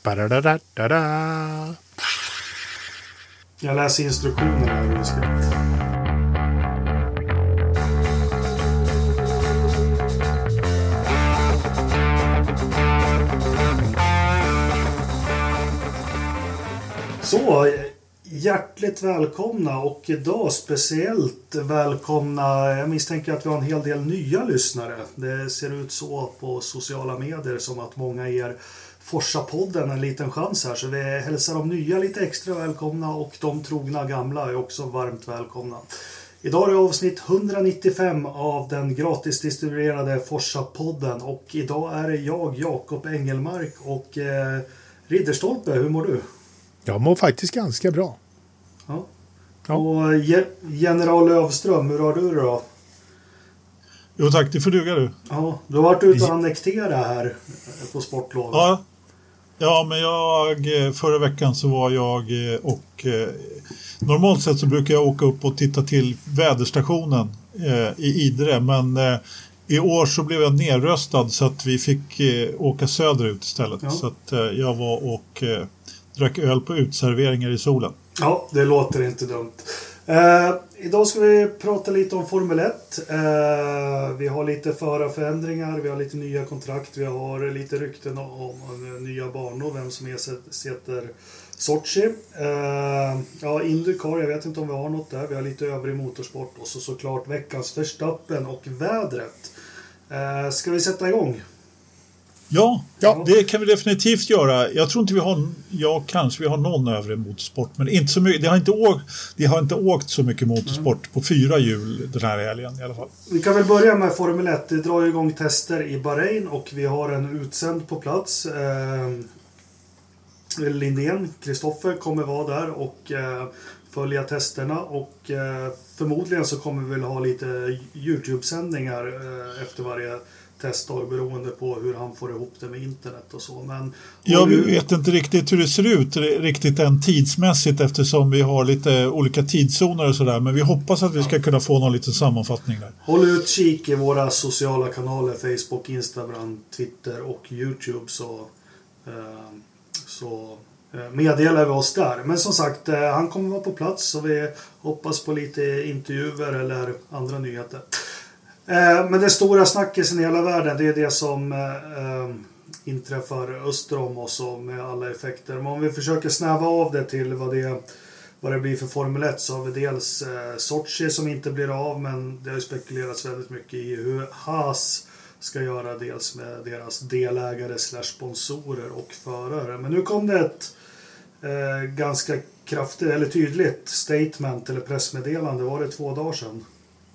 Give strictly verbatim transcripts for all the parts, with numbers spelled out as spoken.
Ba-da-da-da-da. Jag läser instruktionerna här hur vi ska. Så, hjärtligt välkomna och idag speciellt välkomna. Jag misstänker att vi har en hel del nya lyssnare. Det ser ut så på sociala medier som att många ger Forsa-podden en liten chans här. Så vi hälsar de nya lite extra välkomna och de trogna gamla är också varmt välkomna. Idag är det avsnitt etthundranittiofem av den gratis distribuerade Forsa-podden. Och idag är det jag, Jakob Engelmark och eh, Ridderstolpe. Hur mår du? Jag mår faktiskt ganska bra. Ja. Ja. Och Ge- General Lövström, hur har du det då? Jo tack, det får duga du. Ja, du har varit ute och annektera här på sportlov. Ja, ja men jag, förra veckan så var jag och normalt sett så brukar jag åka upp och titta till väderstationen eh, i Idre. Men eh, i år så blev jag nerröstad så att vi fick eh, åka söderut istället. Ja. Så att eh, jag var och eh, drack öl på utserveringar i solen. Ja, det låter inte dumt. Eh, idag ska vi prata lite om Formel ett. Eh, vi har lite förarförändringar, vi har lite nya kontrakt, vi har lite rykten om, om nya banor, vem som ersätter Sochi. Eh, ja, Indycar, jag vet inte om vi har något där. Vi har lite övrig motorsport och så såklart veckans Verstappen och vädret. Eh, ska vi sätta igång? Ja, ja, det kan vi definitivt göra. Jag tror inte vi har, ja kanske vi har någon övrig motorsport, men inte så mycket. Det har inte åkt, det har inte åkt så mycket motorsport mm. på fyra hjul den här helgen i alla fall. Vi kan väl börja med Formel ett. Det drar igång tester i Bahrain och vi har en utsänd på plats. Eh, Lindén, Kristoffer kommer vara där och eh, följa testerna och eh, förmodligen så kommer vi väl ha lite YouTube-sändningar eh, efter varje testdag beroende på hur han får ihop det med internet och så. Men jag du... vet inte riktigt hur det ser ut riktigt än tidsmässigt eftersom vi har lite olika tidszoner och sådär. Men vi hoppas att vi ska kunna få någon liten sammanfattning där. Håll utkik i våra sociala kanaler, Facebook, Instagram, Twitter och YouTube så, eh, så eh, meddelar vi oss där. Men som sagt, eh, han kommer vara på plats så vi hoppas på lite intervjuer eller andra nyheter. Men det stora snackisen i hela världen, det är det som eh, inträffar öster om oss och med alla effekter. Men om vi försöker snäva av det till vad det, vad det blir för Formel ett så har vi dels eh, Sochi som inte blir av, men det har spekulerats väldigt mycket i hur Haas ska göra dels med deras delägare slash sponsorer och förare. Men nu kom det ett eh, ganska kraftigt eller tydligt statement eller pressmeddelande, var det två dagar sedan?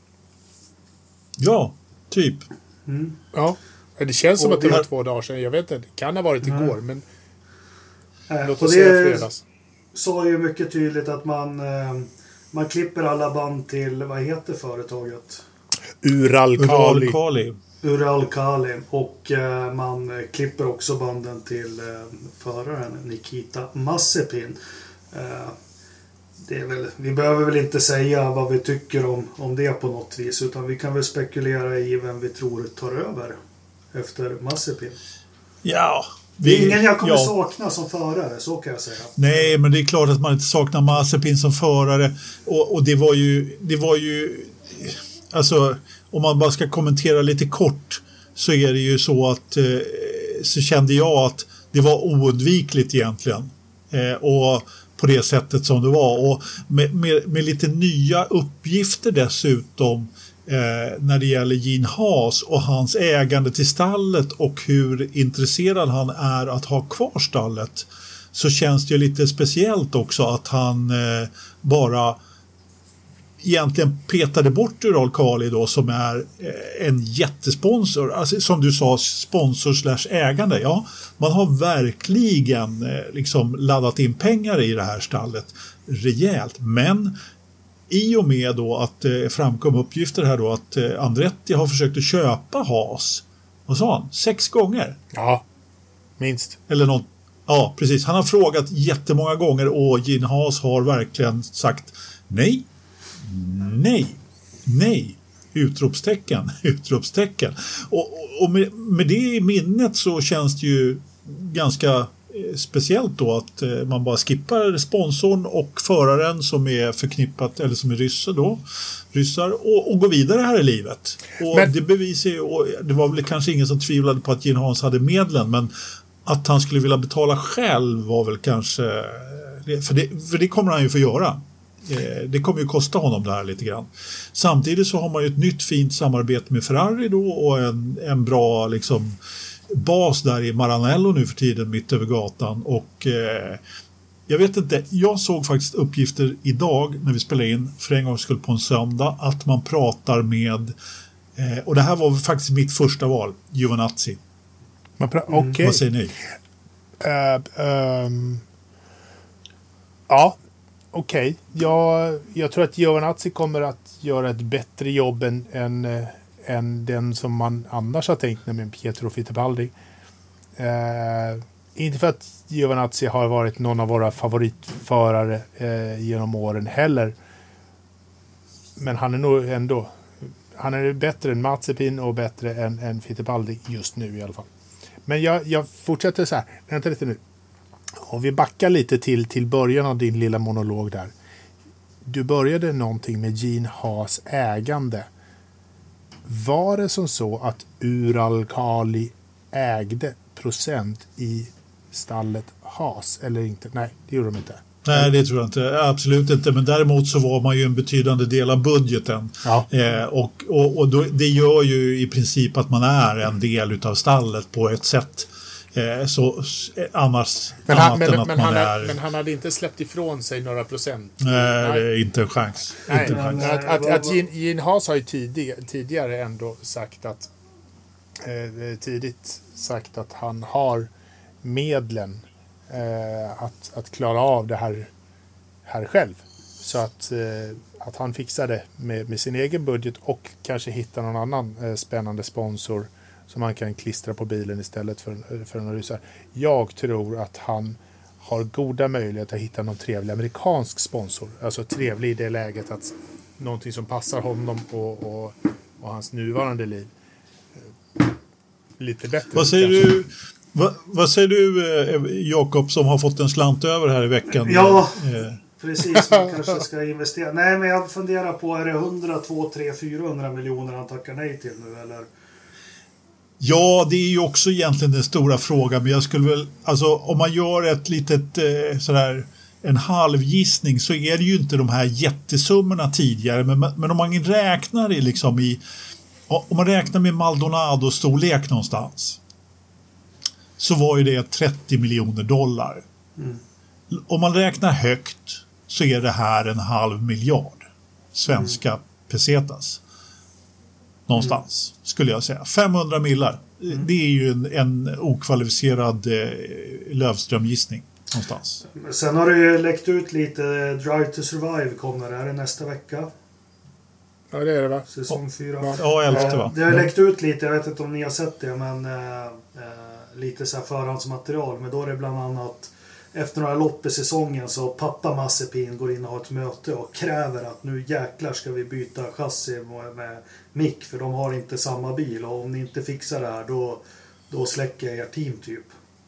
Ja, typ. Mm. Ja, det känns som och att det det var här... två dagar sedan. Jag vet inte, det kan ha varit igår, mm. men äh, låt oss säga fredags. Så är ju mycket tydligt att man, eh, man klipper alla band till, vad heter företaget? Uralkali. Uralkali. Uralkali. Och eh, man klipper också banden till eh, föraren Nikita Mazepin. Eh, Det är väl, vi behöver väl inte säga vad vi tycker om, om det på något vis, utan vi kan väl spekulera i vem vi tror tar över efter Mazepin. Ja, vi, det är ingen jag kommer ja. sakna som förare, så kan jag säga. Nej, men det är klart att man inte saknar Mazepin som förare och, och det var ju det var ju alltså om man bara ska kommentera lite kort så är det ju så att eh, så kände jag att det var oundvikligt egentligen eh, och på det sättet som det var och med, med, med lite nya uppgifter dessutom eh, när det gäller Gene Haas och hans ägande till stallet och hur intresserad han är att ha kvar stallet så känns det ju lite speciellt också att han eh, bara egentligen petade bort Uralkali då som är eh, en jättesponsor, alltså som du sa sponsor slash ägande. Ja, man har verkligen eh, liksom laddat in pengar i det här stallet rejält, men i och med då att eh, framkom uppgifter här då att eh, Andretti har försökt att köpa Haas, vad sa han? Sex gånger? Ja, minst. Eller något. Ja, precis. Han har frågat jättemånga gånger och Gene Haas har verkligen sagt nej. Nej, nej, utropstecken, utropstecken. Och, och med, med det i minnet så känns det ju ganska speciellt då att eh, man bara skippar sponsorn och föraren som är förknippat eller som är ryssar då, ryssar och, och går vidare här i livet. Och men, det bevisar ju, och det var väl kanske ingen som tvivlade på att Gene Haas hade medlen, men att han skulle vilja betala själv var väl kanske, för det, för det kommer han ju få göra. Det kommer ju kosta honom det här lite grann. Samtidigt så har man ju ett nytt fint samarbete med Ferrari då och en, en bra liksom bas där i Maranello nu för tiden mitt över gatan. Och eh, jag vet inte, jag såg faktiskt uppgifter idag när vi spelade in för en gångs skull på en söndag att man pratar med eh, och det här var faktiskt mitt första val, Giovinazzi. Okej. Okay. Vad säger ni? Uh, um, ja, okej. Okay. Jag, jag tror att Giovinazzi kommer att göra ett bättre jobb än, än, äh, än den som man annars har tänkt, nämligen Pietro Fittipaldi. Uh, inte för att Giovinazzi har varit någon av våra favoritförare uh, genom åren heller. Men han är nog ändå han är bättre än Mazepin och bättre än, än Fittipaldi just nu i alla fall. Men jag, jag fortsätter så här. Vänta lite nu. Om vi backar lite till, till början av din lilla monolog där. Du började någonting med Gene Haas ägande. Var det som så att Uralkali ägde procent i stallet Haas eller inte? Nej, det gjorde de inte. Nej, det tror jag inte. Absolut inte. Men däremot så var man ju en betydande del av budgeten. Ja. Eh, och och, och då, det gör ju i princip att man är en del utav stallet på ett sätt. Eh, så annars men han, annat men, än att men, man han är... men han hade inte släppt ifrån sig några procent. Nej, det är inte en chans. Nej, inte en chans. Att, att, att Gene, Gene Haas har ju tidig, tidigare ändå sagt att eh, tidigt sagt att han har medlen eh, att, att klara av det här, här själv. Så att, eh, att han fixar det med, med sin egen budget och kanske hitta någon annan eh, spännande sponsor som man kan klistra på bilen istället för, för några ryssar. Jag tror att han har goda möjligheter att hitta någon trevlig amerikansk sponsor. Alltså trevlig i det läget att någonting som passar honom och, och, och hans nuvarande liv lite bättre. Vad säger kanske. du? Va, vad säger du Jakob som har fått en slant över här i veckan? Ja, eh. precis. Man kanske ska investera. Nej, men jag funderar på, är det hundra, två, tre, fyrahundra miljoner han tackar nej till nu eller? Ja, det är ju också egentligen den stora frågan, men jag skulle väl, alltså om man gör ett litet eh, sådär, en halvgissning så är det ju inte de här jättesummorna tidigare, men, men om man räknar i liksom i, om man räknar med Maldonado-storlek någonstans så var ju det trettio miljoner dollar. Mm. Om man räknar högt så är det här en halv miljard svenska mm. pesetas. Någonstans, mm. skulle jag säga. femhundra millar. Mm. Det är ju en, en okvalificerad eh, Lövström-gissning någonstans. Sen har det ju läckt ut lite. Drive to Survive kommer. Är det nästa vecka? Ja, det är det va? Säsong fyra. Ja, elfte va? Det har läckt ut lite. Jag vet inte om ni har sett det. Men äh, äh, lite så här förhandsmaterial. Men då är det bland annat efter några lopp i säsongen så pappa Mazepin går in och har ett möte och kräver att nu jäklar ska vi byta chassi med Mick för de har inte samma bil och om ni inte fixar det här då, då släcker jag er team typ.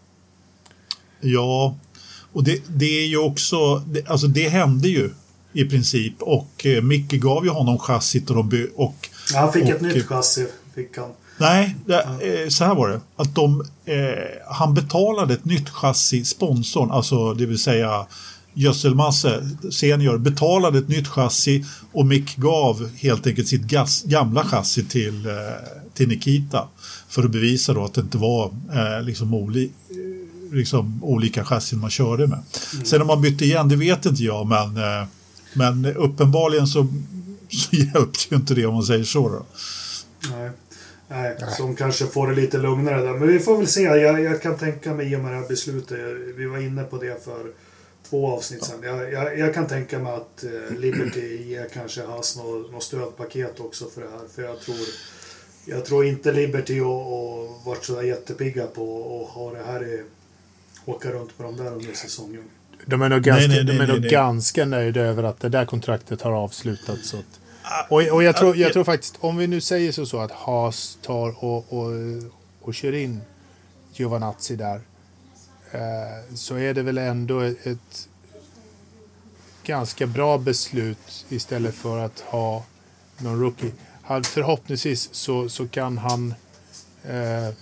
Ja, och det, det är ju också, det, alltså det hände ju i princip och eh, Mick gav ju honom chassit och de by, och, ja, han fick och, ett nytt chassi fick han. Nej, det, eh, så här var det. Att de, eh, han betalade ett nytt chassi, sponsorn, alltså det vill säga Gödselmasse senior, betalade ett nytt chassi och Mick gav helt enkelt sitt gas, gamla chassi till, eh, till Nikita för att bevisa då att det inte var eh, liksom, oli, liksom olika chassin man körde med. Mm. Sen om man bytte igen, det vet inte jag, men, eh, men uppenbarligen så, så hjälpte ju inte det om man säger så då. Nej. Nej, som kanske får det lite lugnare där. Men vi får väl se. Jag, jag kan tänka mig i och med det här beslutet. Vi var inne på det för två avsnitt sedan. Jag, jag, jag kan tänka mig att eh, Liberty ger kanske has något, något stödpaket också för det här. För jag tror, jag tror inte Liberty och, och varit så jättepigga på att ha det här i, åka runt med dem där under säsongen. De är nog ganska, nej, nej, nej, de är nog nej, nej. ganska nöjda över att det där kontraktet har avslutats. Så att Och, och jag, tror, jag tror faktiskt, om vi nu säger så, så att Haas tar och, och, och kör in Giovinazzi där eh, så är det väl ändå ett, ett ganska bra beslut istället för att ha någon rookie. Han, förhoppningsvis så, så kan han eh,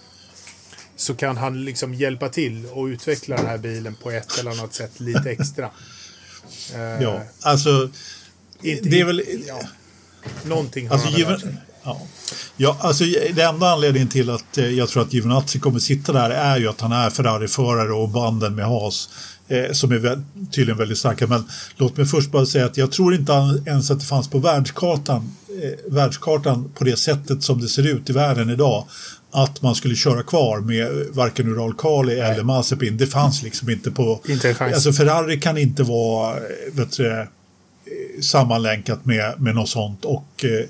så kan han liksom hjälpa till och utveckla den här bilen på ett eller annat sätt lite extra. Eh, ja, alltså inte, det är väl... Ja, någonting har alltså, han väl given, lärt sig. ja. Ja, alltså det enda anledningen till att eh, jag tror att Giovinazzi kommer sitta där är ju att han är Ferrari-förare och banden med Haas eh, som är vä- tydligen väldigt starka. Men låt mig först bara säga att jag tror inte ens att det fanns på världskartan, eh, världskartan på det sättet som det ser ut i världen idag att man skulle köra kvar med varken Ural Kali eller Mazepin. Det fanns liksom inte på... Inte en chans. Alltså Ferrari kan inte vara vet du, sammanlänkat med, med något sånt och eh,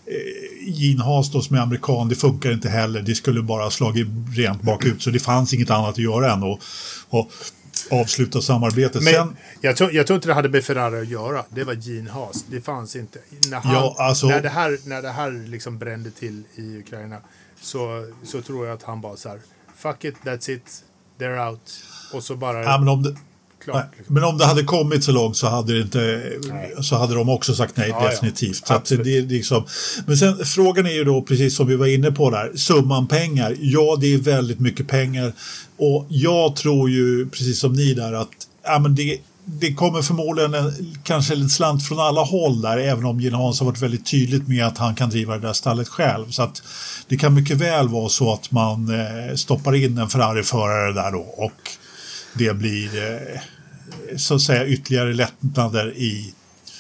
Gene Haas då, som är amerikan, det funkar inte heller. Det skulle bara slagit rent bakut. Så det fanns inget annat att göra än att och avsluta samarbetet. Men Sen, jag, tror, jag tror inte det hade med Ferrari att göra. Det var Gene Haas. Det fanns inte. När, han, Ja, alltså- när det här, när det här liksom brände till i Ukraina så, så tror jag att han bara så här: fuck it, that's it, they're out. Och så bara... ja, men, om det, klart, nej, liksom. men om det hade kommit så långt så hade, det inte, så hade de också sagt nej, Ja, ja. definitivt. Så att Absolut. det, är liksom, men sen frågan är ju då, precis som vi var inne på där, summan pengar. Ja, det är väldigt mycket pengar. Och jag tror ju, precis som ni där, att ja, men det, det kommer förmodligen en, kanske en slant från alla håll där, även om Gene Haas har varit väldigt tydligt med att han kan driva det där stallet själv. Så att det kan mycket väl vara så att man eh, stoppar in en Ferrari-förare där då och det blir eh, så att säga ytterligare lättnader i,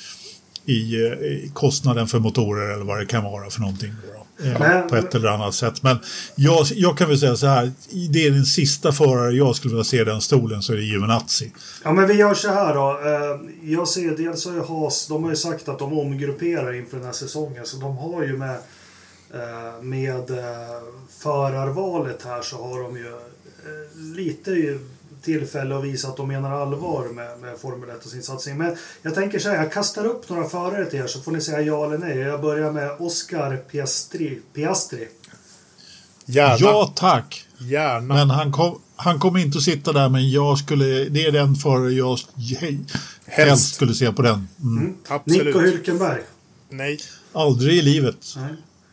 i, i kostnaden för motorer eller vad det kan vara för någonting då, eh, Men- på ett eller annat sätt. Men jag, jag kan väl säga så här, det är den sista förare jag skulle vilja se den stolen, så är det Giovinazzi. Ja, men vi gör så här då. Eh, Jag ser dels så är Haas, de har ju sagt att de omgrupperar inför den här säsongen. Så de har ju med, eh, med eh, förarvalet här så har de ju eh, lite ju tillfälle att visa att de menar allvar med, med Formel ett och sin satsning. Men jag tänker så här, jag kastar upp några förare till er så får ni säga ja eller nej. Jag börjar med Oscar Piastri. Piastri. Gärna. Ja, tack. Gärna. Men han, kom, han kommer inte att sitta där, men jag skulle, det är den förare jag hej, helst skulle se på den. Mm. Mm. Absolut. Nico Hülkenberg. Nej. Aldrig i livet. Nej.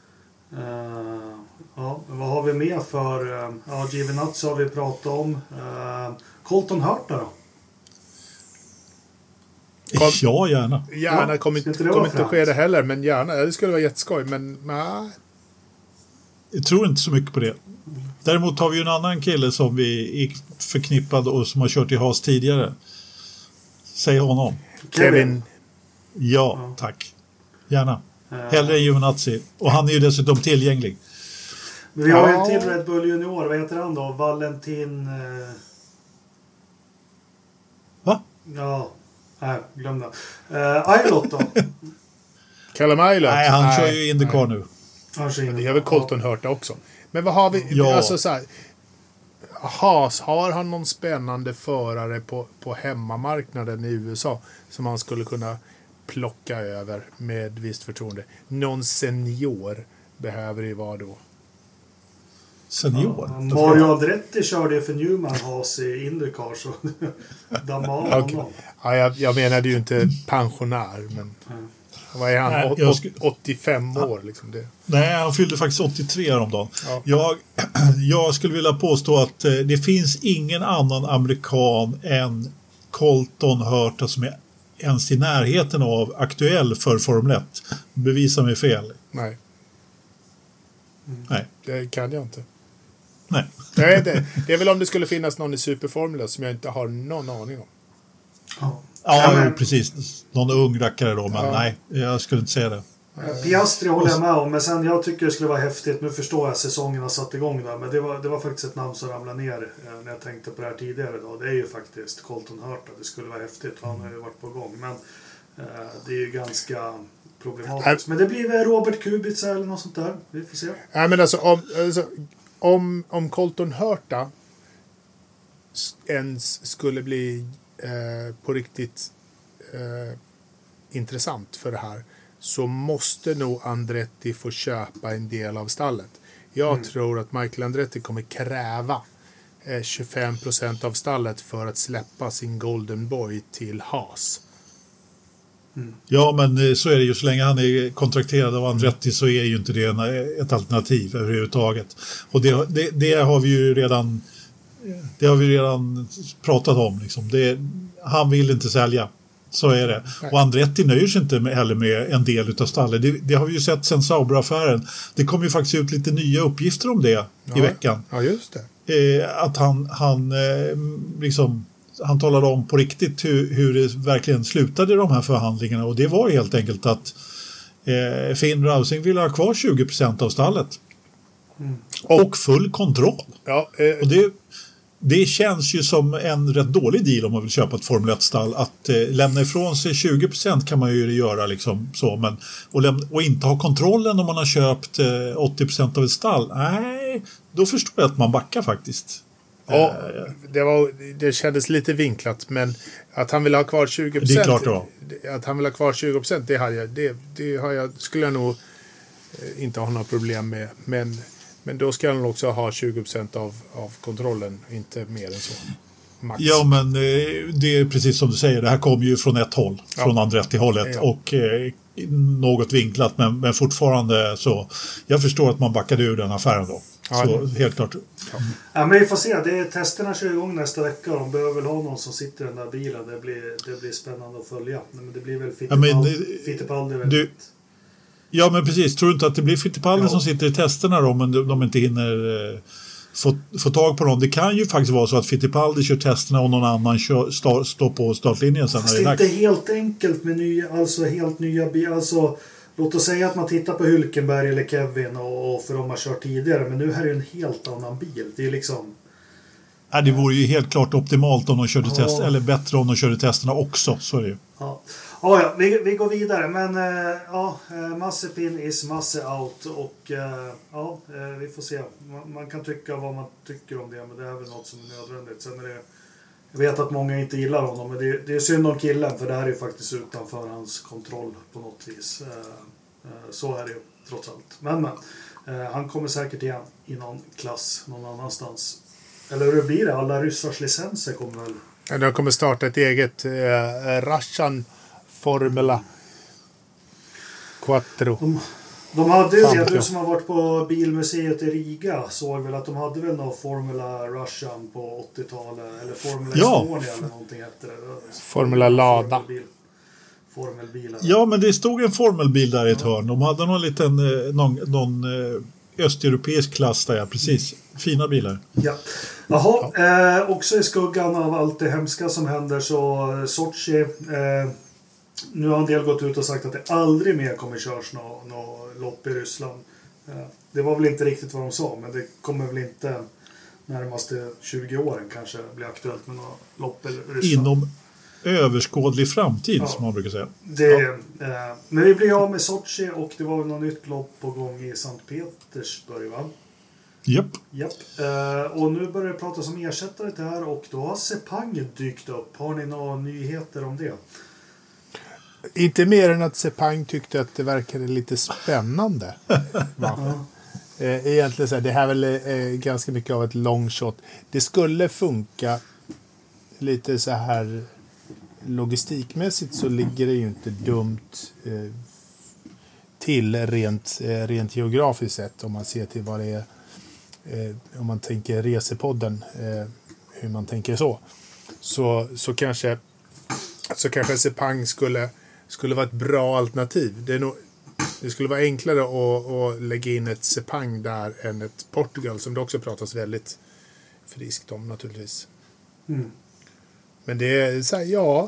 Uh, ja, vad har vi mer för... Uh, ja, Giovinazzi har vi pratat om. Uh, Colton Herta då? Kom. Ja, gärna. Gärna. Ja, kommer ska inte, inte det kommer vara inte att ske främt? det heller, men gärna. Det skulle vara jätteskoj, men nej. Jag tror inte så mycket på det. Däremot har vi ju en annan kille som vi är förknippad och som har kört i Haas tidigare. Säg honom. Kevin. Ja, Ja. tack. Gärna. Uh, Hellre än Giovinazzi. Och han är ju dessutom tillgänglig. vi har ju Ja. en till Red Bull Junior. Vad heter han då? Valentin... Uh, Va? ja, nej, glöm det. Uh, Ailot då? Callum Eilert. Nej, han kör ju Indycar nu. Kanske Men inte. det har väl Colton hört det också. Men vad har vi? Ja. Alltså så här, Haas, har han någon spännande förare på, på hemmamarknaden i U S A som han skulle kunna plocka över med visst förtroende? Någon senior behöver det ju vara då. Senior. Ja, Mario Andretti körde ju för Newman Haas i Indycar så damma av Okej. honom. Ja, jag, jag menade ju inte pensionär, men Mm. vad är han? Nej, Åt- jag åt- sku- åttiofem år liksom det. Nej, han fyllde faktiskt åttiotre häromdagen. Ja. Jag, jag skulle vilja påstå att eh, det finns ingen annan amerikan än Colton Herta som är ens i närheten av aktuell för Formel ett. Bevisa mig fel. Nej, Nej. det kan jag inte. Nej. Nej, det, det är väl om det skulle finnas någon i Superformula som jag inte har någon aning om. Ja. Ja, Ja, men- jo, precis. Någon ung rackare då, men Ja. nej, jag skulle inte säga det. Eh, Piastri håller jag med om, men sen jag tycker det skulle vara häftigt. Nu förstår jag säsongen har satt igång där, men det var, det var faktiskt ett namn som ramlade ner eh, när jag tänkte på det här tidigare idag. Det är ju faktiskt Colton Herta. Det skulle vara häftigt, han har ju varit på gång. Men eh, det är ju ganska problematiskt. Men det blir väl Robert Kubica eller något sånt där. Vi får se. Nej, men alltså om, alltså, om, om Colton Herta s- ens skulle bli eh, på riktigt eh, intressant för det här så måste nog Andretti få köpa en del av stallet. Jag tror att Michael Andretti kommer kräva eh, tjugofem procent av stallet för att släppa sin Golden Boy till Haas. Mm. Ja, men så är det ju. Så länge han är kontrakterad av Andretti så är ju inte det en, ett alternativ överhuvudtaget. Och det, det, det har vi ju redan det har vi redan pratat om. Liksom. Det, han vill inte sälja. Så är det. Nej. Och Andretti nöjer sig inte med, heller med en del av stallet. Det, det har vi ju sett sen Sauber-affären. Det kom ju faktiskt ut lite nya uppgifter om det ja. i veckan. Ja, just det. Eh, att han, han eh, liksom han talade om på riktigt hur, hur det verkligen slutade i de här förhandlingarna. Och det var helt enkelt att eh, Finn Rausing ville ha kvar tjugo procent av stallet. Mm. Och full kontroll. Ja, eh, och det, det känns ju som en rätt dålig deal om man vill köpa ett Formel ett-stall. Att eh, lämna ifrån sig tjugo procent kan man ju göra liksom så. Men, och, lämna, och inte ha kontrollen om man har köpt eh, åttio procent av ett stall. Nej, då förstår jag att man backar faktiskt. Ja, det, var, det kändes lite vinklat, men att han vill ha kvar tjugo procent, det är klart det var. Att han vill ha kvar tjugo procent, det, har jag, det, det har jag, skulle jag nog inte ha några problem med. Men, men då ska han också ha tjugo procent av, av kontrollen, inte mer än så. Max. Ja, men det är precis som du säger, det här kommer ju från ett håll, ja. Från Andretti-hållet ja. Och eh, något vinklat, men, men fortfarande så, jag förstår att man backade ur den affären då. Ja, så helt klart. Ja. Ja, men vi får se. Det är, testerna kör igång nästa vecka. De behöver väl ha någon som sitter i den där bilen. Det blir, det blir spännande att följa. Men det blir väl Fittipaldi. Ja, men, Fittipaldi väldigt. Du, ja, men precis. Tror du inte att det blir Fittipaldi ja. Som sitter i testerna då, men de, de inte hinner eh, få, få tag på någon? Det kan ju faktiskt vara så att Fittipaldi kör testerna och någon annan kör, stå, står på startlinjen sen. Fast det är inte helt enkelt med nya, alltså helt nya bilar. Alltså, låt oss säga att man tittar på Hülkenberg eller Kevin och, och för de har kört tidigare, men nu här är det en helt annan bil. Det är liksom... Ja, det vore ju helt klart optimalt om de körde ja. test, eller bättre om de körde testerna också, så är det ju. Ja, ja, ja vi, vi går vidare, men äh, ja, Mazepin is Masse out och äh, ja, äh, vi får se. Man, man kan tycka vad man tycker om det, men det är väl något som är nödvändigt. Sen är det, jag vet att många inte gillar honom, men det, det är synd om killen, för det här är ju faktiskt utanför hans kontroll på något vis. Äh, äh, så är det ju trots allt. Men, men äh, han kommer säkert igen i någon klass någon annanstans. Eller hur blir det? Alla ryssars licenser kommer väl... Ja, de kommer starta ett eget eh, Russian Formula Quattro. De, de hade ju, du som har varit på bilmuseet i Riga såg väl att de hade väl någon Formula Russian på åttiotalet. Eller Formula ja. Estonia eller någonting efter det. Formula Lada. Formelbilar. Ja, men det stod en formelbil där i ett hörn. De hade någon liten någon, någon östeuropeisk klass där, ja, precis. Fina bilar. Ja. Jaha, ja. Eh, också i skuggan av allt det hemska som händer så Sochi, eh, nu har en del gått ut och sagt att det aldrig mer kommer körs något nå lopp i Ryssland. Eh, det var väl inte riktigt vad de sa, men det kommer väl inte närmaste tjugo åren kanske bli aktuellt med något lopp i Ryssland. Inom överskådlig framtid, ja, som man brukar säga. Det, ja. eh, men vi blir av med Sochi och det var väl något nytt lopp på gång i Sankt Petersburg, va? Japp. Japp. Eh, och nu börjar det pratas om ersättare till det här och då har Sepang dykt upp. Har ni några nyheter om det? Inte mer än att Sepang tyckte att det verkade lite spännande. Ja. eh, egentligen så här, det här är väl eh, ganska mycket av ett long shot. Det skulle funka lite så här logistikmässigt, så ligger det ju inte dumt eh, till rent, eh, rent geografiskt sett, om man ser till vad det är, eh, om man tänker resepodden, eh, hur man tänker så. Så, så kanske så kanske Sepang skulle, skulle vara ett bra alternativ. Det, är nog, det skulle vara enklare att, att lägga in ett Sepang där än ett Portugal, som det också pratas väldigt friskt om naturligtvis. Mm. Men det är så här, ja.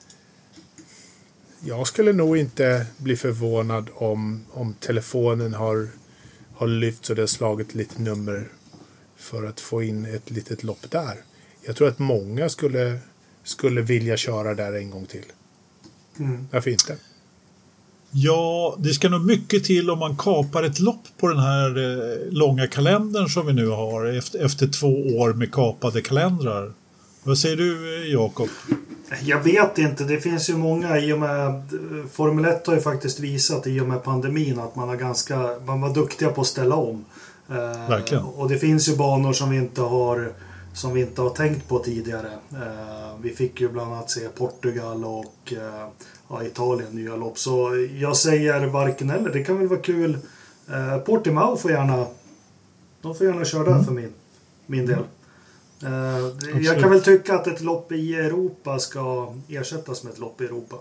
Jag skulle nog inte bli förvånad om, om telefonen har, har lyft så det har slagit lite nummer för att få in ett litet lopp där. Jag tror att många skulle, skulle vilja köra där en gång till. Mm. Varför inte? Ja, det ska nog mycket till om man kapar ett lopp på den här eh, långa kalendern som vi nu har efter, efter två år med kapade kalendrar. Vad säger du, Jakob? Jag vet inte. Det finns ju många i och med Formel ett har ju faktiskt visat i och med pandemin att man har ganska man var duktiga på att ställa om. Verkligen. Eh, och det finns ju banor som vi inte har som vi inte har tänkt på tidigare. Eh, vi fick ju bland annat se Portugal och eh, ja, Italien nya lopp. Så jag säger varken eller. Det kan väl vara kul. Eh, Portimao får gärna de får gärna köra där mm. för min, min del. Eh, jag kan väl tycka att ett lopp i Europa ska ersättas med ett lopp i Europa.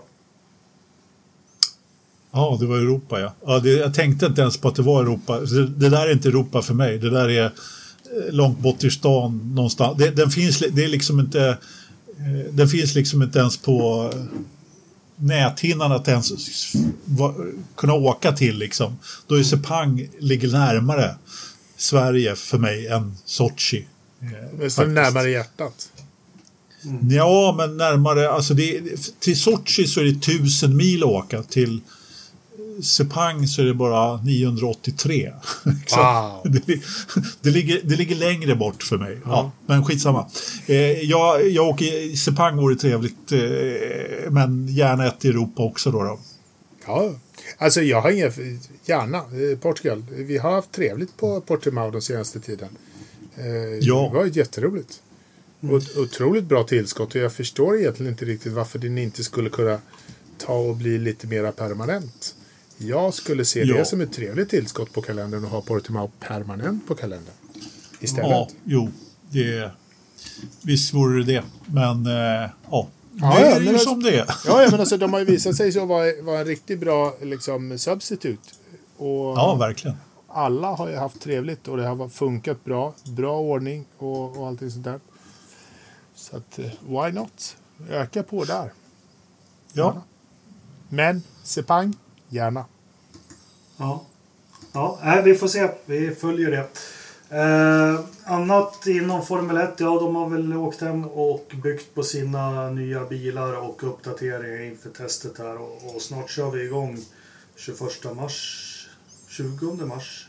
Ja, det var Europa, ja. ja det, jag tänkte inte ens på att det var Europa. Det, det där är inte Europa för mig. Det där är långt bort i stan någonstans. Det, den, finns, det är liksom inte, den finns liksom inte ens på näthinnan att ens va, kunna åka till. Liksom. Då är Sepang ligger närmare Sverige för mig än Sochi. Eh, närmare hjärtat. Mm. Ja, men närmare, alltså det, till Sochi så är det tusen mil att åka, till Sepang så är det bara niohundraåttiotre. Wow. det, det, ligger, det ligger längre bort för mig. Ja. Ja, men skitsamma. Eh, jag, jag åker, Sepang vore trevligt, eh, men gärna ett i Europa också då. då. Ja, alltså jag har inga, gärna eh, Portugal. Vi har haft trevligt på Portimao den senaste tiden. Eh, ja. Det var jätteroligt. Mm. Och, otroligt bra tillskott, och jag förstår egentligen inte riktigt varför den inte skulle kunna ta och bli lite mer permanent. Jag skulle se ja. det som ett trevligt tillskott på kalendern och ha Portimao permanent på kalendern istället. Ja, jo, det visst vore det det. Men äh, ja, det ja, är ju alltså, som det är. Ja, men alltså de har ju visat sig så vara, vara en riktigt bra liksom, substitut. Och ja, verkligen. Alla har ju haft trevligt och det har funkat bra. Bra ordning och, och allting sånt där. Så att, why not? Öka på där. Ja. Gärna. Men, Sepang, gärna. Ja, ja äh, vi får se. Vi följer det. Eh, annat inom Formel ett, ja, de har väl åkt hem och byggt på sina nya bilar och uppdateringar inför testet här. Och, och snart kör vi igång tjugoförsta mars. tjugonde mars.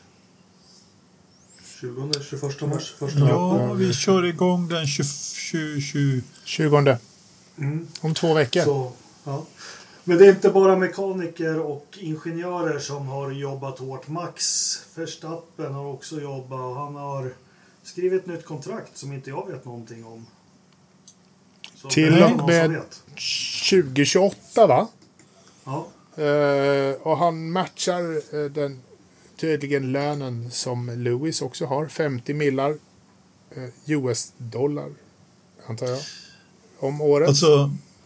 tjugonde, tjugoförsta mars. Första ja, veckan. vi kör igång den tjugonde. tjugonde. Mm. Om två veckor. Så, ja. Men det är inte bara mekaniker och ingenjörer som har jobbat hårt. Max Verstappen har också jobbat och han har skrivit ett nytt kontrakt som inte jag vet någonting om. Så till och med tjugohundratjugoåtta, va? Ja. Uh, och han matchar uh, den tydligen lönen som Lewis också har. femtio millar uh, U S-dollar, antar jag, om året. Alltså,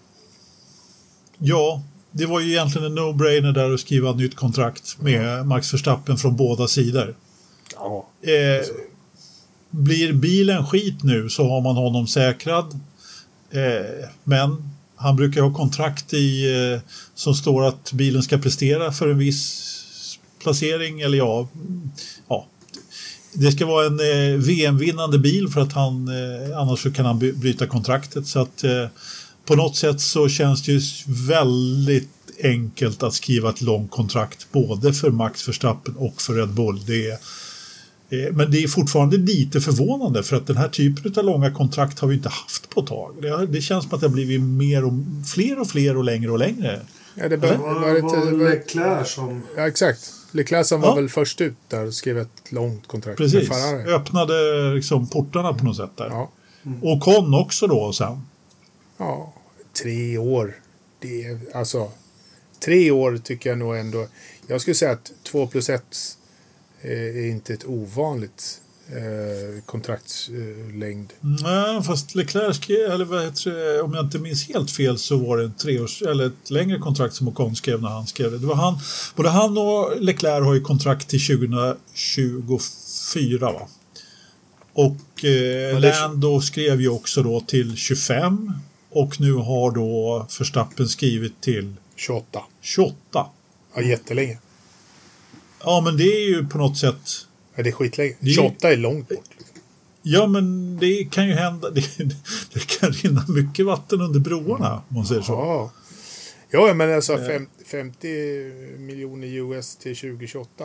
ja, det var ju egentligen en no-brainer där att skriva ett nytt kontrakt med Max Verstappen från båda sidor. Ja. Eh, blir bilen skit nu så har man honom säkrad. Eh, men han brukar ha kontrakt i eh, som står att bilen ska prestera för en viss placering. Eller ja, ja. Det ska vara en eh, V M-vinnande bil för att han eh, annars så kan han by- bryta kontraktet. Så att eh, på något sätt så känns det ju väldigt enkelt att skriva ett långt kontrakt både för Max Verstappen och för Red Bull. Det är, eh, men det är fortfarande lite förvånande för att den här typen av långa kontrakt har vi inte haft på ett tag. Det, det känns som att det har blivit mer och, fler och fler och längre och längre. Ja, det bör, var, var det var Leclerc som... Ja, exakt. Leclerc som ja. var väl först ut där och skrev ett långt kontrakt. Precis, med Ferrari. öppnade liksom portarna på något sätt där. Ja. Mm. Och Con också då sen. Ja, tre år. Det är, alltså, tre år tycker jag nog ändå. Jag skulle säga att två plus ett är inte ett ovanligt eh, kontraktslängd. Nej, fast Leclerc, eller vad heter det, om jag inte minns helt fel så var det en treårs, eller ett längre kontrakt som Ocon skrev när han skrev det. Det var han, både han och Leclerc har ju kontrakt till tjugohundratjugofyra, va? Och eh, Lando skrev ju också då till tjugofem. Och nu har då Verstappen skrivit till tjugoåtta. tjugoåtta. Ja, jättelänge. Ja, men det är ju på något sätt... Ja, det är skitlänge. Det är... tjugoåtta är långt bort. Ja, men det kan ju hända... Det, det kan rinna mycket vatten under broarna, om man säger så. Ja, ja men alltså fem, femtio miljoner U S till tjugohundratjugoåtta.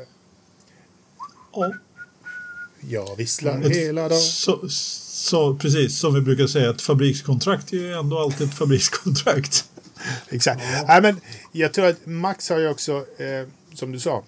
Ja. Ja, visslar Ett, hela dagen. Så, så precis, som vi brukar säga, ett fabrikskontrakt är ju ändå alltid ett fabrikskontrakt. Exakt. Ja. Nej, men jag tror att Max har ju också, eh, som du sa,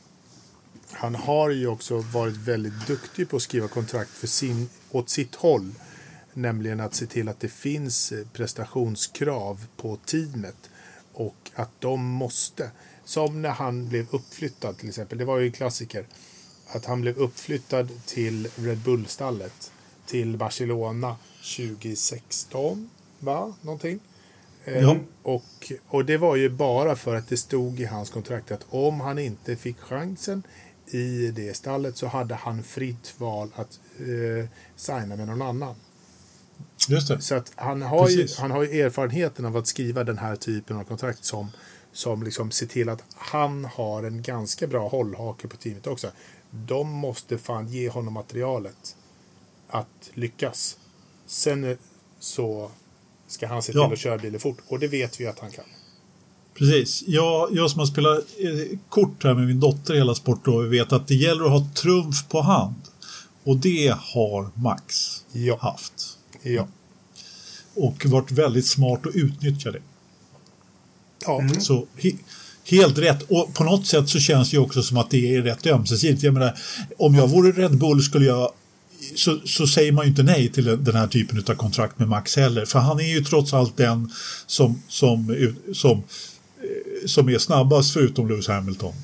han har ju också varit väldigt duktig på att skriva kontrakt för sin, åt sitt håll. Nämligen att se till att det finns prestationskrav på teamet och att de måste, som när han blev uppflyttad till exempel, det var ju en klassiker, att han blev uppflyttad till Red Bull-stallet till Barcelona tjugo sexton, va? Någonting. Ja. Eh, och, och det var ju bara för att det stod i hans kontrakt att om han inte fick chansen i det stallet så hade han fritt val att eh, signa med någon annan. Just det. Så att han har, ju, Precis. han har ju erfarenheten av att skriva den här typen av kontrakt som, som liksom ser till att han har en ganska bra hållhake på teamet också. De måste fan ge honom materialet att lyckas. Sen så ska han se till Ja. att köra bilen fort. Och det vet vi att han kan. Precis. Jag, jag som har spelat eh, kort här med min dotter i hela sportlovet vet att det gäller att ha trumf på hand. Och det har Max Ja. haft. Ja. Och varit väldigt smart att utnyttja det. Ja. Mm. Så he, helt rätt. Och på något sätt så känns det ju också som att det är rätt ömsesidigt. Jag menar, om jag vore Red Bull skulle jag så, så säger man ju inte nej till den här typen av kontrakt med Max heller. För han är ju trots allt den som, som, som, som är snabbast förutom Lewis Hamilton.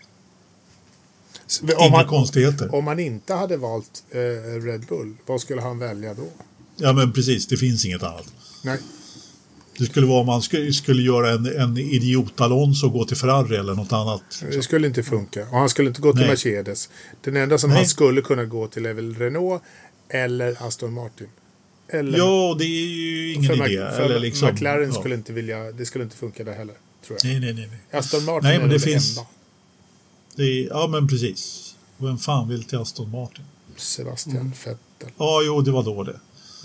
Om Inga han, konstigheter. om han inte hade valt eh, Red Bull, vad skulle han välja då? Ja men precis, det finns inget annat. Nej. Det skulle vara om man skulle, skulle göra en, en idiot Alonso och gå till Ferrari eller något annat. Det skulle inte funka. Och han skulle inte gå till Nej. Mercedes. Den enda som Nej. han skulle kunna gå till är väl Renault eller Aston Martin. Eller Ja, det är ju ingen för idé. Mac- för eller liksom, McLaren ja. skulle inte vilja, det skulle inte funka där heller, tror jag. Nej, nej, nej. nej. Aston Martin Nej, är men det, det det finns- enda. Det är, ja, men precis. Vem fan vill till Aston Martin? Sebastian Mm. Vettel. Ja, jo, det var då det.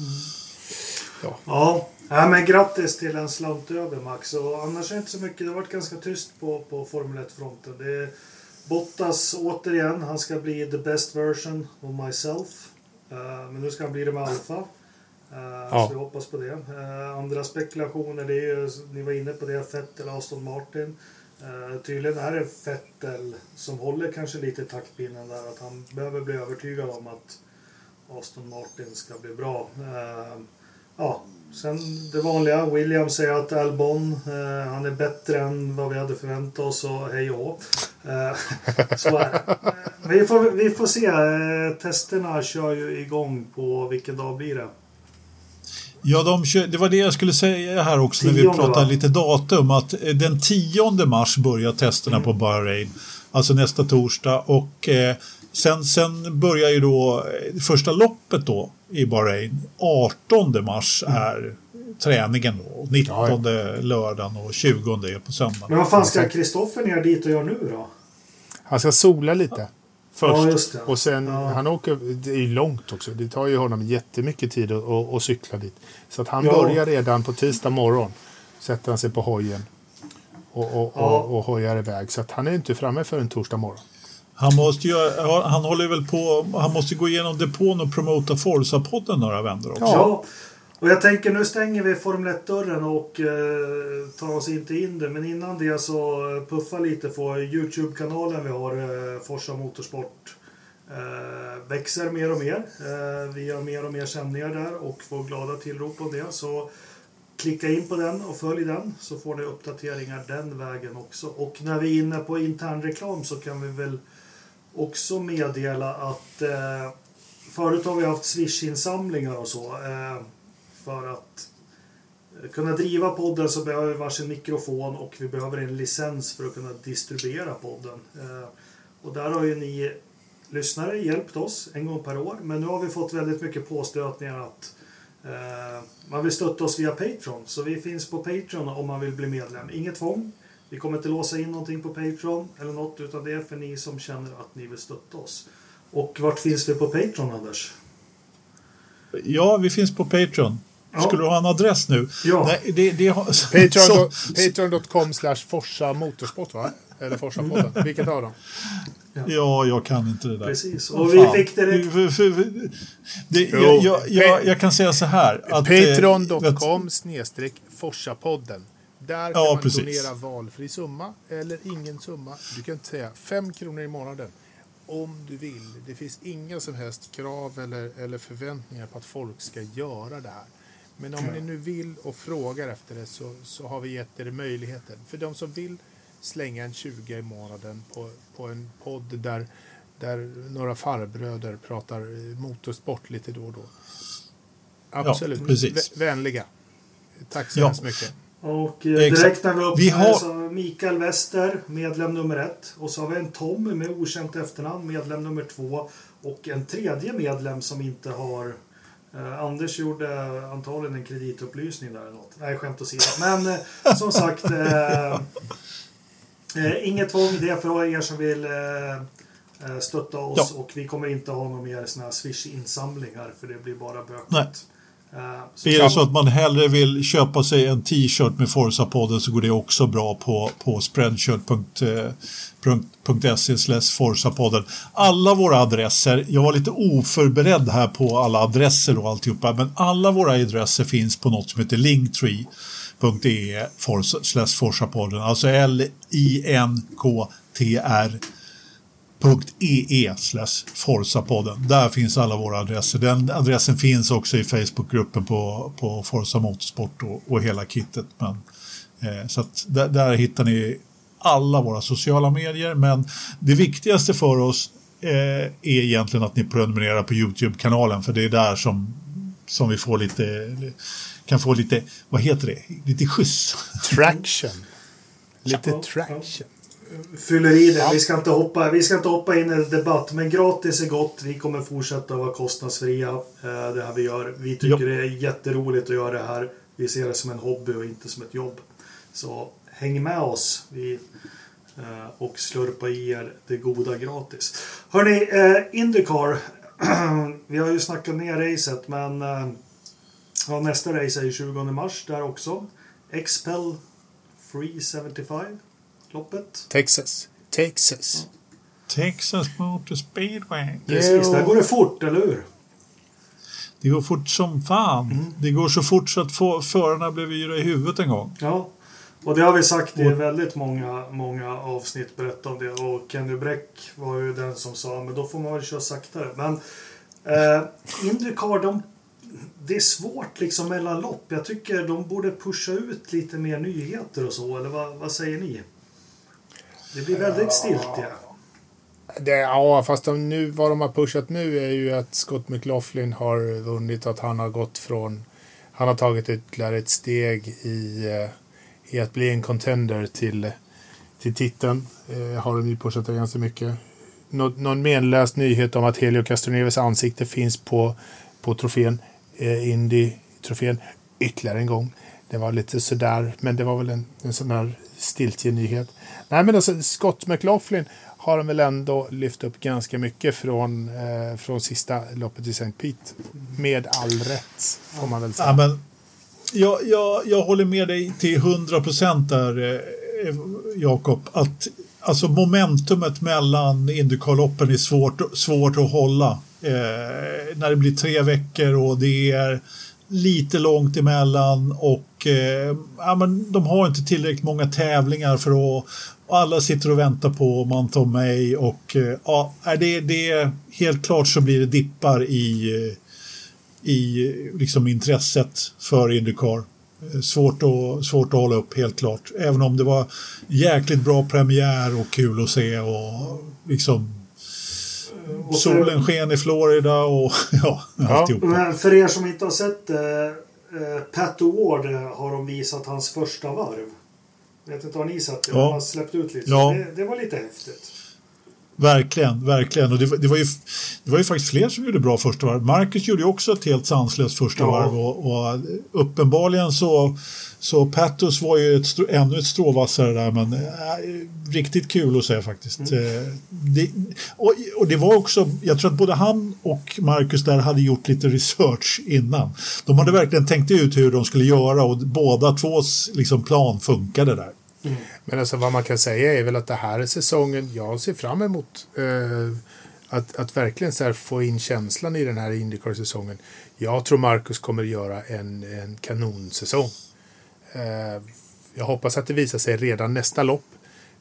Ja. Ja, ja men grattis till en slant över Max. Och annars är det inte så mycket. Det har varit ganska tyst på, på Formel ett-fronten. Det är Bottas återigen. Han ska bli the best version of myself. Uh, men nu ska han bli det med Alfa. Uh, Ja. Så vi hoppas på det. Uh, andra spekulationer, det är ju, ni var inne på det, Vettel, Aston Martin. Uh, tydligen är det Vettel som håller kanske lite taktpinnen där. Att han behöver bli övertygad om att Aston Martin ska bli bra. Uh, ja, sen det vanliga. William säger att Albon, uh, han är bättre än vad vi hade förväntat oss och hej och uh, så är det. Uh, vi, får, vi får se. Uh, testerna kör ju igång på vilken dag blir det? Ja, de kör, det var det jag skulle säga här också när vi Tionde, pratar va? lite datum. Att eh, den tionde mars börjar testerna på Bahrain. Alltså nästa torsdag. Och eh, sen, sen börjar ju då eh, första loppet då i Bahrain. artonde mars är träningen då. nittonde lördagen och tjugonde är på söndag. Men vad fan ska Kristoffer ner dit och göra nu då? Han ska sola lite. Först. Ja, just det. Och sen, Ja. han åker, det är ju långt också. Det tar ju honom jättemycket tid att, att, att cykla dit. Så att han Ja. börjar redan på tisdag morgon. Sätter han sig på hojen. Och, och, Ja. och, och hojar iväg. Så att han är inte framme för en torsdag morgon. Han måste ju, han håller väl på, han måste gå igenom depån och promota Forza-podden några vändor också. Ja. Ja, och jag tänker nu stänger vi Formel ett-dörren och eh, tar oss inte in det. Men innan det så puffa lite på YouTube-kanalen vi har, eh, Forza Motorsport. Eh, växer mer och mer. Eh, vi gör mer och mer sändningar där och får glada tillrop på det. Så klicka in på den och följ den så får ni uppdateringar den vägen också. Och när vi är inne på intern reklam så kan vi väl också meddela att eh, förut har vi haft Swish-insamlingar och så. Eh, för att kunna driva podden så behöver vi varsin mikrofon och vi behöver en licens för att kunna distribuera podden. Eh, och där har ju ni lyssnare hjälpt oss en gång per år. Men nu har vi fått väldigt mycket påstötningar att eh, man vill stötta oss via Patreon. Så vi finns på Patreon om man vill bli medlem. Inget tvång. Vi kommer inte låsa in någonting på Patreon eller något, utan det är för ni som känner att ni vill stötta oss. Och vart finns vi på Patreon, Anders? Ja, vi finns på Patreon. Ja. Skulle du ha en adress nu? Ja. Nej, det, det har, Patreon, så- Patreon dot com slash Forza Motorsport, va? Eller Forza-podden. Vilket av dem? Ja, jag kan inte det där. Precis. Och vi fick direkt... För- för- för- det, Jo. jag, jag, jag, jag kan säga så här. Att, eh, Patreon dot vet- com snedstreck Forza-podden. Där kan Ja, man precis. donera valfri summa eller ingen summa. Du kan säga fem kronor i månaden. om du vill. Det finns inga som helst krav eller, eller förväntningar på att folk ska göra det här. Men om ni nu vill och frågar efter det så, så har vi gett er möjligheten. För de som vill slänga en tjugo i månaden på, på en podd där, där några farbröder pratar motorsport lite då och då. Absolut. Ja, precis. V- vänliga. Tack så Ja. hemskt mycket. Och eh, direkt när vi upp Vi har- så Mikael Wester, medlem nummer ett. Och så har vi en Tom med okänt efternamn, medlem nummer två. Och en tredje medlem som inte har... Eh, Anders gjorde antagligen en kreditupplysning där eller något. Nej, skämt åsido. Men eh, som sagt, eh, eh, inget tvång. Det är för er som vill eh, stötta oss. Ja. Och vi kommer inte ha några mer såna här Swish-insamlingar. För det blir bara bökigt. Nej. Eh, så Är kan- det så att man hellre vill köpa sig en t-shirt med Forza-podden så går det också bra på, på spreadshirt punkt se slash Forza-podden. Alla våra adresser, jag var lite oförberedd här på alla adresser och alltihopa, men alla våra adresser finns på något som heter linktree punkt e slash Forza-podden, alltså L I N K T R .ee slash Forza-podden. Där finns alla våra adresser. Den adressen finns också i Facebookgruppen på, på Forza Motorsport och, och hela kittet. Men, eh, så att där, där hittar ni alla våra sociala medier. Men det viktigaste för oss eh, är egentligen att ni prenumererar på YouTube-kanalen. För det är där som, som vi får lite, kan få lite, vad heter det? Lite skjuts. Traction. Lite Ja, traction. Fyller i det. Vi ska inte hoppa, vi ska inte hoppa in i en debatt, men gratis är gott. Vi kommer fortsätta vara kostnadsfria. Eh, det här vi gör. Vi tycker Ja. det är jätteroligt att göra det här. Vi ser det som en hobby och inte som ett jobb. Så häng med oss. Vi, eh, och slurpa i er det goda gratis. Hörrni, eh, Indycar. Vi har ju snackat ner racet, men eh, ja, nästa race är ju tjugonde mars där också. Expel Free sjuttiofem. Loppet. Texas. Texas. Texas Motor Speedway. Precis, där går det fort, eller hur? Det går fort som fan. Mm. Det går så fort så att få, förarna blev yra i huvudet en gång. Ja, och det har vi sagt i väldigt många, många avsnitt berättat om det. Och Kenny Bräck var ju den som sa, men då får man väl köra saktare. Men eh, Indycar, de, det är svårt liksom mellan lopp. Jag tycker de borde pusha ut lite mer nyheter och så. Eller vad, vad säger ni? Det blir väldigt stiltje. Det, ja, fast de nu, vad de har pushat nu är ju att Scott McLaughlin har vunnit, att han har gått från, han har tagit ytterligare ett steg i, eh, i att bli en contender till, till titeln. Eh, har de ju pushat det ganska mycket. Nå, någon menlös nyhet om att Helio Castroneves ansikte finns på, på trofén, eh, Indy-trofén, ytterligare en gång. Det var lite sådär, men det var väl en, en sån här stiltje nyhet. Nej, men alltså Scott McLaughlin har de väl ändå lyft upp ganska mycket från, eh, från sista loppet i Saint Pete. Med all rätt, får man väl säga. Ja, men jag, jag, jag håller med dig till hundra procent där, eh, Jakob. Att alltså, momentumet mellan Indycar-loppen är svårt, svårt att hålla. Eh, när det blir tre veckor och det är lite långt emellan och eh, ja, men de har inte tillräckligt många tävlingar för att, och alla sitter och väntar på Month of May och eh, ja, det, det helt klart så blir det dippar i, i liksom intresset för Indycar. Svårt att, svårt att hålla upp, helt klart. Även om det var jäkligt bra premiär och kul att se och liksom Och solen sken i Florida och ja, alltihopa. Men för er som inte har sett eh, eh, Pat O'Ward eh, har de visat hans första varv. Vet inte, har ni sett det? Ja. De har släppt ut lite. Ja. Det, det var lite häftigt. Verkligen, verkligen. Och det, var- det, var ju, det var ju faktiskt fler som gjorde bra första varv. Marcus gjorde ju också ett helt sanslöst första Ja. varv och, och uppenbarligen så, så Pattos var ju ett, strå- ännu ett stråvassare där, men äh, riktigt kul att säga faktiskt. Mm. Eh, Det, och, och det var också, jag tror att både han och Marcus där hade gjort lite research innan. De hade verkligen tänkt ut hur de skulle göra och båda tvås liksom, plan funkade där. Mm. Men alltså vad man kan säga är väl att det här är säsongen jag ser fram emot. Eh, att, att verkligen så här få in känslan i den här Indycar-säsongen. Jag tror Marcus kommer göra en, en kanonsäsong. Eh, jag hoppas att det visar sig redan nästa lopp.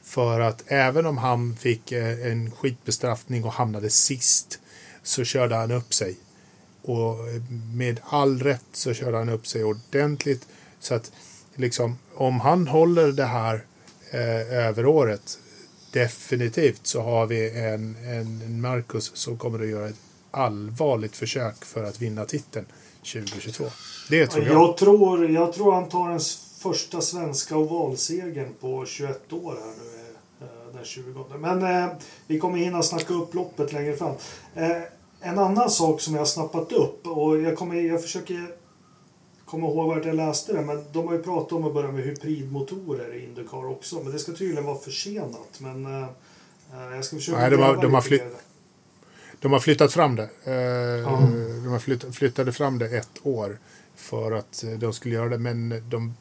För att även om han fick en skitbestraffning och hamnade sist så körde han upp sig. Och med all rätt så körde han upp sig ordentligt. Så att liksom, om han håller det här eh, över året, definitivt så har vi en, en, en Marcus som kommer att göra ett allvarligt försök för att vinna titeln tjugohundratjugotvå. Det tror jag. Jag tror, jag tror han tar den första svenska ovalsegern på tjugoett år här nu. Den tjugonde. Men eh, vi kommer hinna snacka upp loppet längre fram. Eh, en annan sak som jag har snappat upp, och jag, kommer, jag försöker komma ihåg vart jag läste det, men de har ju pratat om att börja med hybridmotorer i Indycar också, men det ska tydligen vara försenat. Men eh, jag ska försöka... Nej, de har, de har, flytt, de har flyttat fram det. Eh, ja. De har flytt, flyttade fram det ett år för att de skulle göra det, men de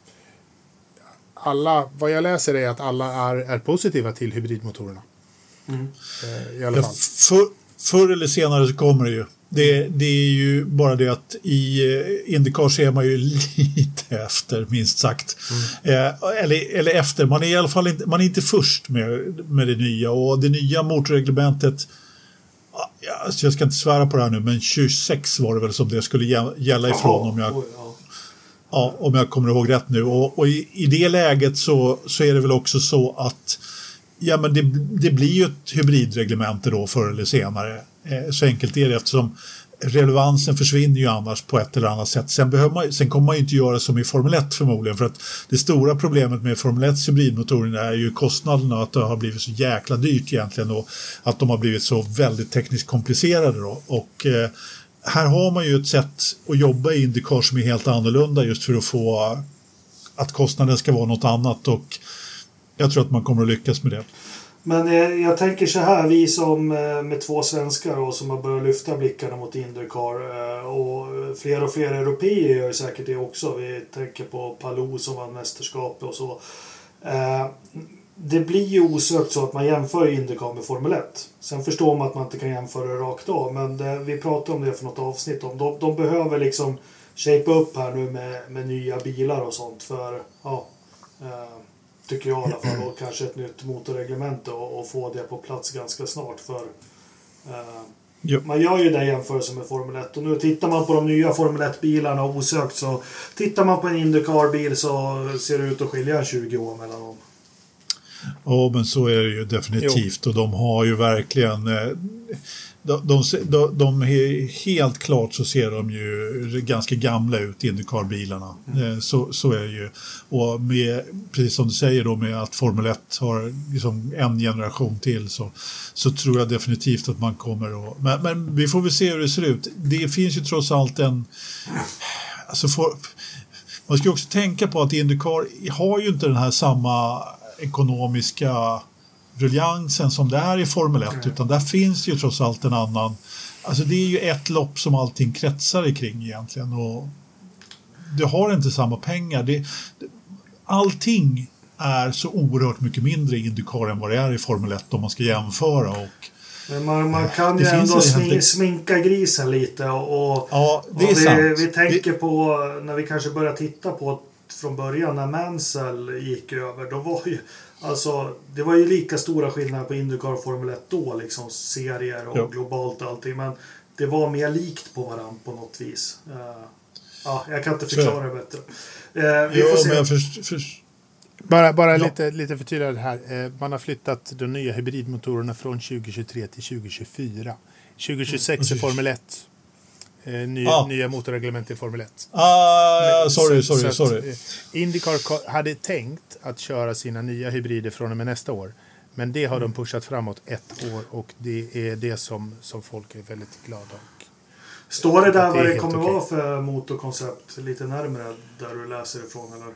alla, vad jag läser är att alla är, är positiva till hybridmotorerna. Mm. Eh, I alla fall. Ja, för, förr eller senare så kommer det ju. Det, det är ju bara det att i Indycar så är man ju lite efter, minst sagt. Mm. Eh, eller, eller efter, man är i alla fall inte, man är inte först med, med det nya. Och det nya motorreglementet, ja, alltså jag ska inte svära på det här nu, men tjugosex var det väl som det skulle gälla ifrån. Om jag, ja, om jag kommer ihåg rätt nu. Och, och i, i det läget så, så är det väl också så att ja, men det, det blir ju ett hybridreglemente då förr eller senare. Eh, så enkelt är det, eftersom relevansen försvinner ju annars på ett eller annat sätt. Sen, behöver man, sen kommer man ju inte göra som i Formel ett förmodligen, för att det stora problemet med Formel ett hybridmotorerna är ju kostnaderna, att det har blivit så jäkla dyrt egentligen och att de har blivit så väldigt tekniskt komplicerade då. Och eh, här har man ju ett sätt att jobba i Indycar som är helt annorlunda just för att få att kostnaden ska vara något annat, och jag tror att man kommer att lyckas med det. Men eh, jag tänker så här, vi som eh, med två svenskar och som har börjat lyfta blickarna mot Indycar eh, och fler och fler europeer gör säkert det också. Vi tänker på Palou som vann mästerskapet och så. Eh, det blir ju osökt så att man jämför Indycar med Formel ett. Sen förstår man att man inte kan jämföra det rakt av, men det, vi pratade om det för något avsnitt om. De, de behöver liksom shape upp här nu med, med nya bilar och sånt för, ja, eh, tycker jag i alla fall, och kanske ett nytt motorreglement och, och få det på plats ganska snart, för eh, man gör ju det jämförelse med Formel ett, och nu tittar man på de nya Formel ett-bilarna och osökt så tittar man på en Indycar-bil så ser det ut att skilja tjugo år mellan dem. Ja, men så är det ju definitivt. Jo. Och de har ju verkligen de, de, de, de är helt klart så ser de ju ganska gamla ut, Indycar-bilarna. Mm. Så, så är det ju. Och med, precis som du säger då, med att Formel ett har liksom en generation till, så, så tror jag definitivt att man kommer att... Men, men vi får väl se hur det ser ut. Det finns ju trots allt en... Alltså för, man ska också tänka på att Indycar har ju inte den här samma ekonomiska ruljansen som det är i Formel ett, mm. utan där finns ju trots allt en annan, alltså det är ju ett lopp som allting kretsar kring egentligen, och det har inte samma pengar. Det, allting är så oerhört mycket mindre i Indycar än vad det är i Formel ett om man ska jämföra. Och men man, man kan ju ändå smin, sminka grisen lite och, och, ja, det är och vi, sant. vi tänker det... på när vi kanske börjar titta på från början när Mansell gick över, då var ju alltså, det var ju lika stora skillnader på Indycar och Formel ett då, liksom serier och ja. globalt och allting, men det var mer likt på varandra på något vis. Uh, ja, jag kan inte förklara det bättre. Uh, vi jo, får se. Men jag för, för... Bara, bara ja. lite, lite förtydligande här. Uh, man har flyttat de nya hybridmotorerna från tjugohundratjugotre till tjugohundratjugofyra. tjugohundratjugosex mm. är Formel ett. Eh, ny, ah. Nya motorreglement i Formel ett. Ah, Men, sorry, sorry, så sorry. Att, eh, Indycar hade tänkt att köra sina nya hybrider från och med nästa år. Men det har mm. de pushat framåt ett år, och det är det som, som folk är väldigt glada och står det där vad det kommer okay. vara för motorkoncept lite närmare där du läser ifrån, eller?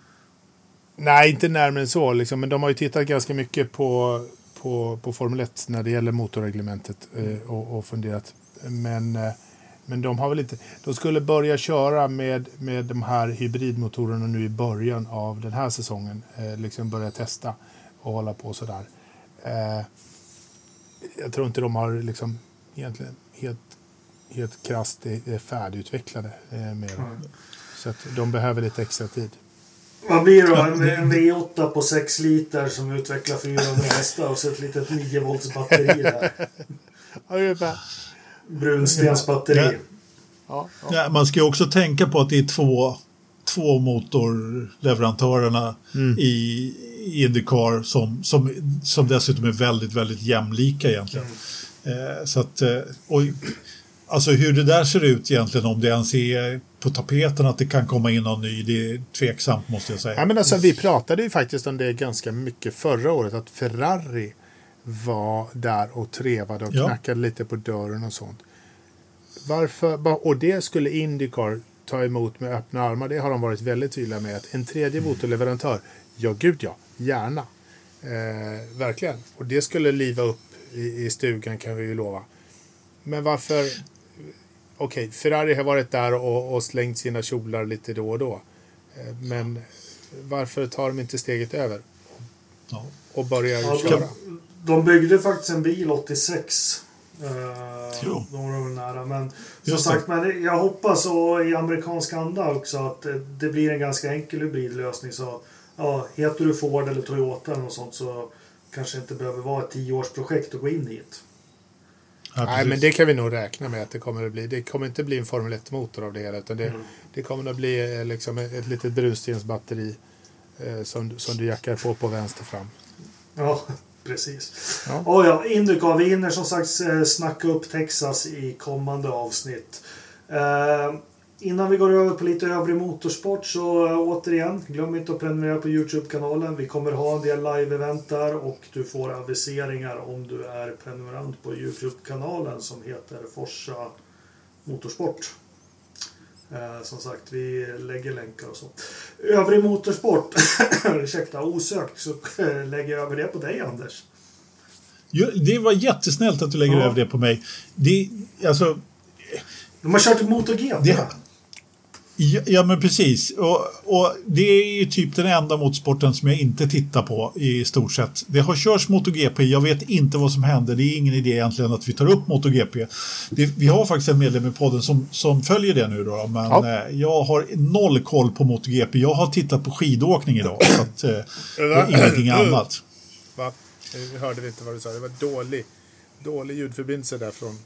Nej, inte närmare än så liksom, men de har ju tittat ganska mycket på, på, på Formel ett när det gäller motorreglementet eh, och, och funderat. Men eh, Men de har väl inte... De skulle börja köra med, med de här hybridmotorerna nu i början av den här säsongen. Eh, liksom börja testa och hålla på sådär. Eh, jag tror inte de har liksom egentligen helt, helt krasst är färdigutvecklade eh, med dem. Mm. Så att de behöver lite extra tid. Vad blir det då? En, en V åtta på sex liter som utvecklar fyrahundra hästar och så ett litet nio volts batteri där. Ungefär. Brunstensbatteri. Ja. Ja, ja. Ja, man ska ju också tänka på att det är två, två motorleverantörerna mm. i Indycar som, som, som dessutom är väldigt, väldigt jämlika egentligen. Mm. Eh, så att, och, alltså hur det där ser ut egentligen, om det ens är på tapeten att det kan komma in någon ny, det är tveksamt måste jag säga. Ja, men alltså, vi pratade ju faktiskt om det ganska mycket förra året, att Ferrari var där och trevade och ja. knackade lite på dörren och sånt. Varför? Och det skulle Indycar ta emot med öppna armar. Det har de varit väldigt tydliga med. Att en tredje motorleverantör, ja gud ja, gärna. Eh, verkligen. Och det skulle liva upp i, i stugan, kan vi ju lova. Men varför... Okej, okay, Ferrari har varit där och, och slängt sina kjolar lite då och då. Eh, men varför tar de inte steget över? Ja. Och börjar ja, köra? De, de byggde faktiskt en bil åttiosex. Uh, jo. De var nära, men som sagt, men jag hoppas och i amerikansk anda också att det blir en ganska enkel hybridlösning, så ja, heter du Ford eller Toyota eller något sånt, så kanske inte behöver vara ett tioårsprojekt att gå in hit. Ja, nej, men det kan vi nog räkna med att det kommer att bli. Det kommer inte bli en Formel ett-motor av det hela, utan det, mm. det kommer att bli liksom ett, ett litet brunstensbatteri eh, som, som du jackar på på vänster fram. Ja, precis. Ja. Och ja, Indycar, vi hinner som sagt snacka upp Texas i kommande avsnitt. Eh, innan vi går över på lite övrig motorsport, så äh, återigen, glöm inte att prenumerera på YouTube-kanalen. Vi kommer ha en del live-event där och du får aviseringar om du är prenumerant på YouTube-kanalen som heter Forsa Motorsport. Eh, som sagt, vi lägger länkar och så. Övrig motorsport, ursäkta, osökt så lägger jag över det på dig, Anders. Jo, det var jättesnällt att du lägger ja. över det på mig. Det, alltså... De har kört ett MotoGP. Det, ja, ja, men precis. Och, och det är ju typ den enda motorsporten som jag inte tittar på i stort sett. Det har körts MotoGP. Jag vet inte vad som händer. Det är ingen idé egentligen att vi tar upp MotoGP. Det, vi har faktiskt en medlem i podden som, som följer det nu då. Men ja. eh, jag har noll koll på MotoGP. Jag har tittat på skidåkning idag. Så att, eh, ingenting annat. Va? Nu hörde vi inte vad du sa. Det var dålig, dålig ljudförbindelse därifrån.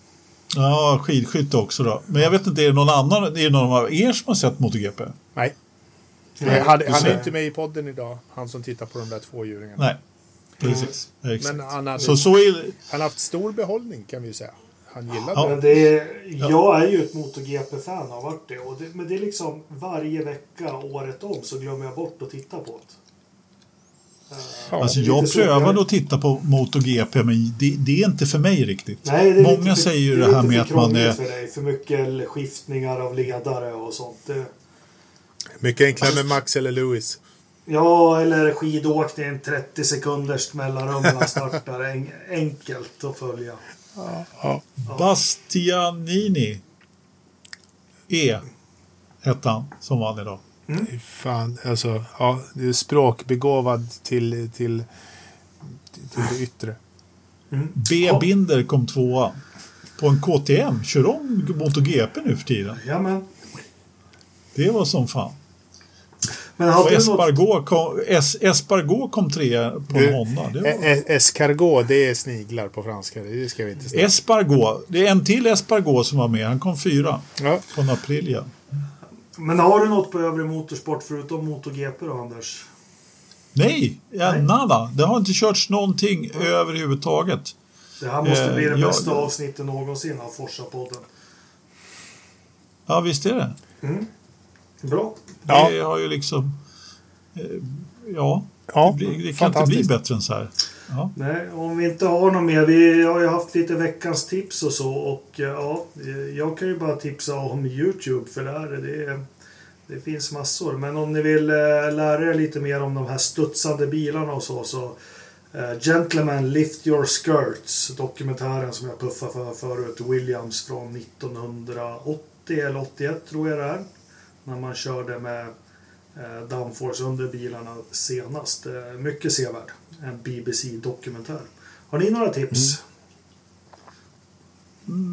Ja, skidskytte också då. Men jag vet inte, är det någon annan, är det någon av er som har sett MotoGP? Nej. Nej han, han är inte med i podden idag, han som tittar på de där två djuringarna. Nej, precis. Mm. Men han hade, så, så är... han har haft stor behållning, kan vi ju säga. Han gillade ja, det. Men det är, jag är ju ett MotoGP-fan, har varit det. Och det. Men det är liksom varje vecka, året om, så glömmer jag bort att titta på det. Ja, alltså jag prövade att titta på MotoGP, men det, det är inte för mig riktigt. Nej, det är många för, säger ju det, det här med att man är... för dig. För mycket skiftningar av ledare och sånt. Det... Mycket enklare med Max eller Lewis. Ja, eller skidåkning, trettio sekunders mellanrum mellan startar. En, enkelt att följa. Ja, ja. Bastianini E hette han som vann idag. Mm. Fan, alltså, ja, det är språkbegåvad till, till, till det yttre. Mm. B. Binder kom tvåa på en K T M. Kör om MotoGP nu för tiden. Jamen. Det var som fan. Men och Espargå, något... kom, es, Espargå kom trea på en Honda. Det var... Escargot, det är sniglar på franska. Det ska vi inte ställa. Espargå. Det är en till Espargå som var med. Han kom fyra ja. på en Aprilia. Men har du något på övrig motorsport förutom MotoGP då, Anders? Nej, ja, Nej. nada. Det har inte körts någonting mm. överhuvudtaget. Det här måste eh, bli det ja, bästa avsnittet någonsin av Forsa-podden. Ja, visst är det. Mm. Bra. Det ja. har ju liksom... Eh, ja, ja, det, blir, det kan inte bli bättre än så här. Ja. Nej, om vi inte har något mer. Vi har ju haft lite veckans tips och så. Och ja, jag kan ju bara tipsa om YouTube. För där det, det finns massor. Men om ni vill lära er lite mer om de här studsande bilarna och så. Så uh, Gentlemen Lift Your Skirts. Dokumentären som jag puffade för förut. Williams från nittonhundraåttio eller åttioett tror jag det är. När man körde med eh, downforce under bilarna senast. Eh, mycket sevärd. En B B C-dokumentär. Har ni några tips? Mm.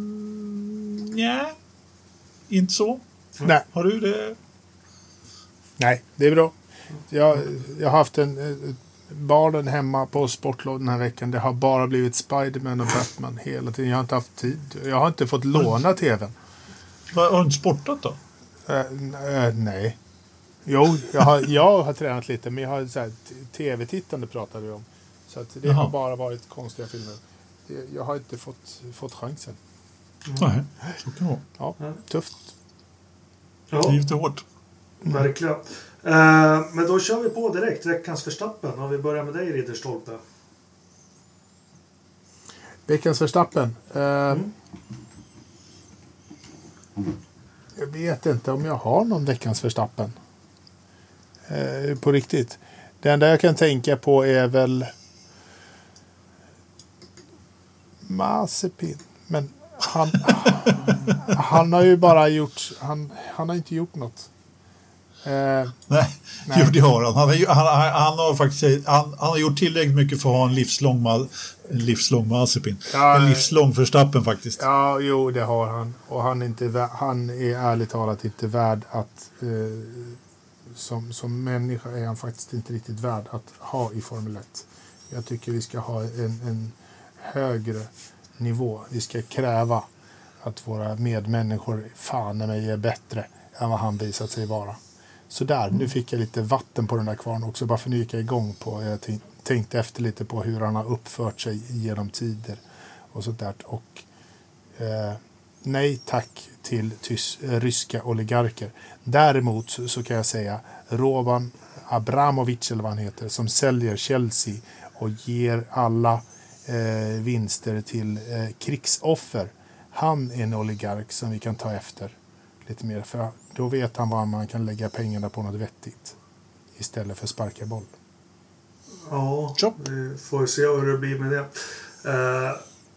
Mm, nej, inte så. Nej. Har du det? Nej, det är bra. Jag, jag har haft en... en barnen hemma på sportlov den här veckan. Det har bara blivit Spider-Man och Batman hela tiden. Jag har inte haft tid. Jag har inte fått låna tvn. Har du inte sportat då? Uh, uh, nej. Jo, jag har, jag har tränat lite. Men jag har så här, tv-tittande pratade vi om. Så att det Jaha. har bara varit konstiga filmer. Jag har inte fått, fått chansen. Mm. Nej, så kan det vara. Ja, tufft. Ja. Det är lite hårt. Verkligen. Uh, men då kör vi på direkt. Veckans Verstappen. Och vi börjar med dig, Ridderstolpe. Veckans Verstappen. Uh, Mm. Jag vet inte om jag har någon veckans Verstappen. Uh, på riktigt. Det enda jag kan tänka på är väl Mazepin. Men han, han har ju bara gjort... Han, han har inte gjort något. Uh, Nej, Nej. Jo, det har han. Han har, ju- han, han, han har faktiskt han, han har gjort tillräckligt mycket för att ha en livslång, ma- en livslång Mazepin. Ja, en livslång Verstappen faktiskt. Ja, jo, det har han. Och han är, inte, vä- han är ärligt talat inte värd att... Eh, som, som människa är han faktiskt inte riktigt värd att ha i Formel ett. Jag tycker vi ska ha en, en högre nivå. Vi ska kräva att våra medmänniskor fan i mig är bättre än vad han visat sig vara. Så där, nu fick jag lite vatten på den där kvarn också. Bara för att jag igång på. Jag tänk, tänkte efter lite på hur han har uppfört sig genom tider. Och sånt där. Och eh, nej tack till tys, eh, ryska oligarker. Däremot så, så kan jag säga Roman Abramovic eller vad han heter. Som säljer Chelsea och ger alla eh, vinster till eh, krigsoffer. Han är en oligark som vi kan ta efter lite mer. För då vet han var man kan lägga pengarna på något vettigt. Istället för sparka boll. Ja, Chop. vi får se hur det blir med det. Uh,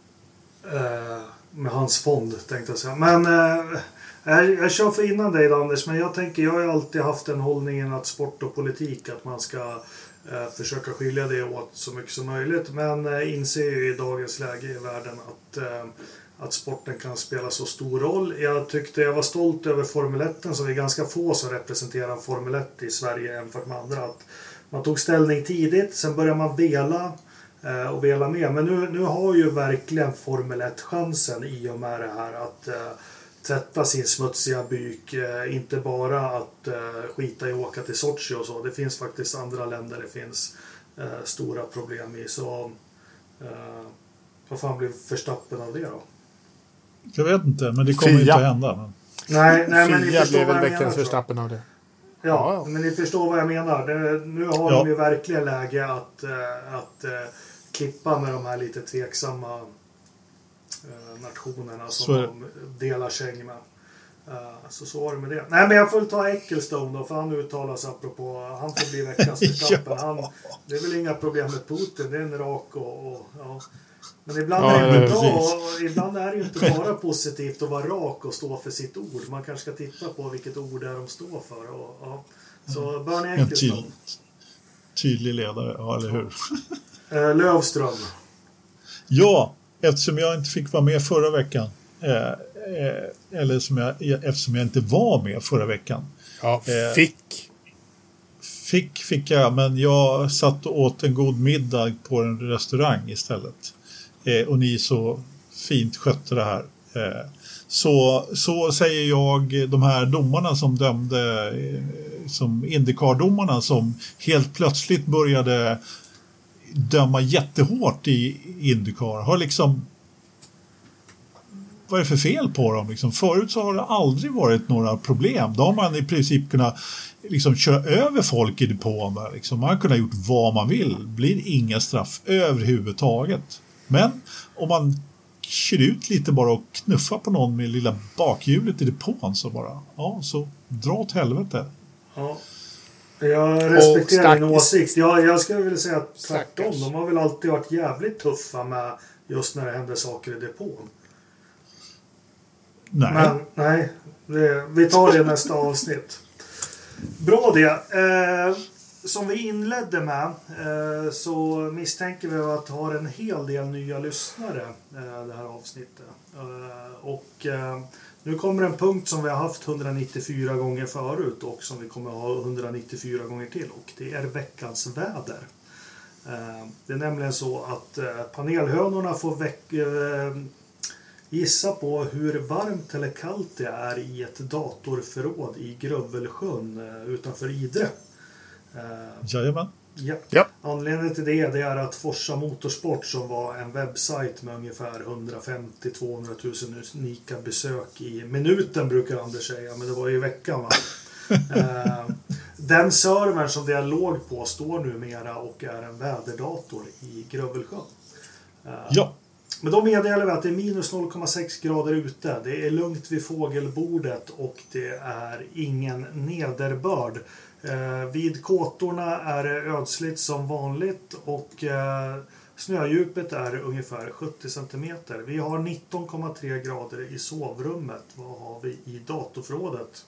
uh, med hans fond, tänkte jag säga. Men uh, jag, jag kör för innan dig, Anders. Men jag tänker, jag har ju alltid haft den hållningen att sport och politik, att man ska uh, försöka skilja det åt så mycket som möjligt. Men uh, inser ju i dagens läge i världen att uh, att sporten kan spela så stor roll. Jag tyckte jag var stolt över Formel ett, så det är ganska få som representerar Formel ett i Sverige jämfört med andra. Att man tog ställning tidigt, sen började man vela eh, och vela med. Men nu, nu har ju verkligen Formel ett chansen i och med det här att eh, tvätta sin smutsiga byk. Eh, inte bara att eh, skita i att åka till Sochi och så. Det finns faktiskt andra länder det finns eh, stora problem i. Så eh, vad fan blir Verstappen av det då? Jag vet inte, men det kommer Fia. inte att hända. Men... Nej, nej men ni Fia förstår blev vad väl jag menar. veckans tror jag. Verstappen av det. Ja, Ja, ja. men ni förstår vad jag menar. Det, nu har Ja. de ju verkligen läge att, eh, att eh, klippa med de här lite tveksamma eh, nationerna som Så är det. de delar käng med. Eh, så så var det med det. Nej, men jag får ta Ecclestone då, för han uttalas apropå, han får bli veckans Verstappen. Ja. Han, det är väl inga problem med Putin, det är en rak och, och ja. Men ibland, Ja, är det ja, inte bra, precis. och ibland är det ju inte bara positivt att vara rak och stå för sitt ord. Man kanske ska titta på vilket ord det är de står för. Och, ja. Så Bernie En Ecclestone. tydlig, tydlig ledare, ja, eller hur? Eh, Lövström. Ja, eftersom jag inte fick vara med förra veckan. Eh, eh, eller som jag, eftersom jag inte var med förra veckan. Ja, Eh, fick. Fick, fick jag, men jag satt och åt en god middag på en restaurang istället. Eh, och ni så fint skötte det här. Eh, så, så säger jag de här domarna som dömde, eh, som Indycar-domarna som helt plötsligt började döma jättehårt i Indycar. Har liksom, vad är det för fel på dem? Liksom, förut så har det aldrig varit några problem. Då har man i princip kunnat liksom köra över folk i depån där. Liksom. Man har kunnat gjort vad man vill. Blir inga straff överhuvudtaget. Men om man kör ut lite bara och knuffar på någon med lilla bakhjulet i depån så bara, ja, så dra åt helvete. Ja. Jag respekterar stack- din åsikt. Jag, jag skulle vilja säga att tvärtom. Stackars. De har väl alltid varit jävligt tuffa med just när det händer saker i depån. Nej. Men nej, det, vi tar det i nästa avsnitt. Bra det. Eh, som vi inledde med eh, så misstänker vi att ha en hel del nya lyssnare eh, det här avsnittet. Eh, och eh, Nu kommer en punkt som vi har haft hundranittiofyra gånger förut och som vi kommer att ha hundranittiofyra gånger till, och det är veckans väder. Det är nämligen så att panelhönorna får veck- gissa på hur varmt eller kallt det är i ett datorförråd i Grövelsjön utanför Idre. Jajamän. Ja. Ja. Anledningen till det, det är att Forsa Motorsport, som var en webbsajt med ungefär hundrafemtio till tvåhundratusen unika besök i minuten, brukar Anders säga, men det var ju i veckan, va? eh, den servern som det låg på står numera och är en väderdator i Grövelsjön. Eh, Ja. Men då meddelar vi att det är minus noll komma sex grader ute. Det är lugnt vid fågelbordet och det är ingen nederbörd. Eh, vid kåtorna är det ödsligt som vanligt och eh, snödjupet är ungefär sjuttio centimeter. Vi har nitton komma tre grader i sovrummet. Vad har vi i datorförrådet?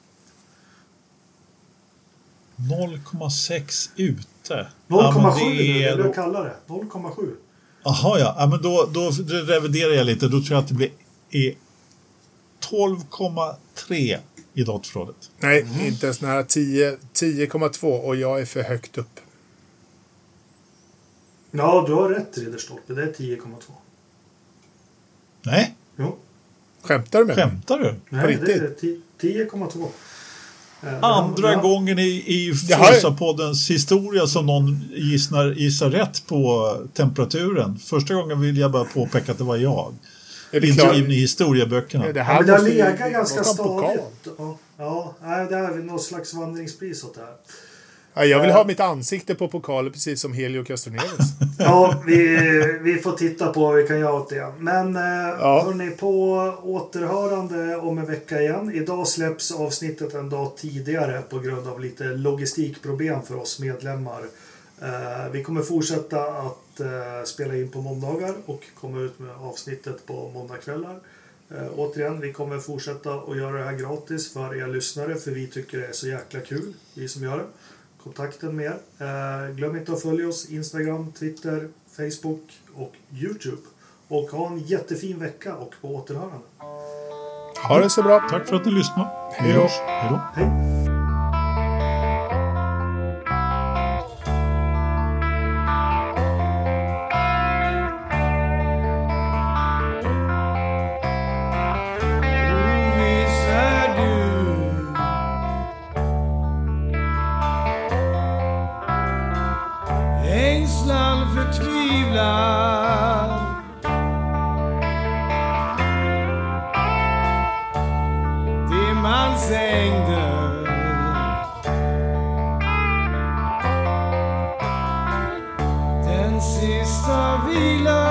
noll komma sex ute. noll komma sju, Ja, det det är vill jag kalla det. noll komma sju. Jaha, ja. ja men då, då reviderar jag lite. Då tror jag att det blir i tolv komma tre i datorförrådet. Nej, mm. inte ens nära tio, tio komma två och jag är för högt upp. Ja, du har rätt, Ridderstolpe. Det är tio komma två. Nej. Jo. Skämtar du med mig? Skämtar du? Nej, det är tio komma två. Andra ja. gången i, i Forsa-poddens historia som någon gissar, gissar rätt på temperaturen. Första gången vill jag bara påpeka att det var jag. Är det Inskrivna i historieböckerna. Ja, det Ja, här men det har måste ju legat ganska vara en pokal. stadigt. Ja, ja, nej, det är någon slags vandringspris åt det här. Ja, jag vill ha mitt ansikte på pokalen precis som Helio Castroneves. Ja, vi, vi får titta på vad vi kan göra åt det. Men eh, Ja. hörni, på återhörande om en vecka igen. Idag släpps avsnittet en dag tidigare på grund av lite logistikproblem för oss medlemmar. Eh, vi kommer fortsätta att eh, spela in på måndagar och komma ut med avsnittet på måndagkvällar. Eh, återigen, vi kommer fortsätta att göra det här gratis för er lyssnare, för vi tycker det är så jäkla kul, vi som gör det. Kontakten med er. Eh, glöm inte att följa oss Instagram, Twitter, Facebook och YouTube. Och ha en jättefin vecka och på återhörande. Ha det så bra. Tack för att ni lyssnade. Hej då. Hej då. Hej! Ängslan, förtvivlan, dimmansängder, den sista vilan.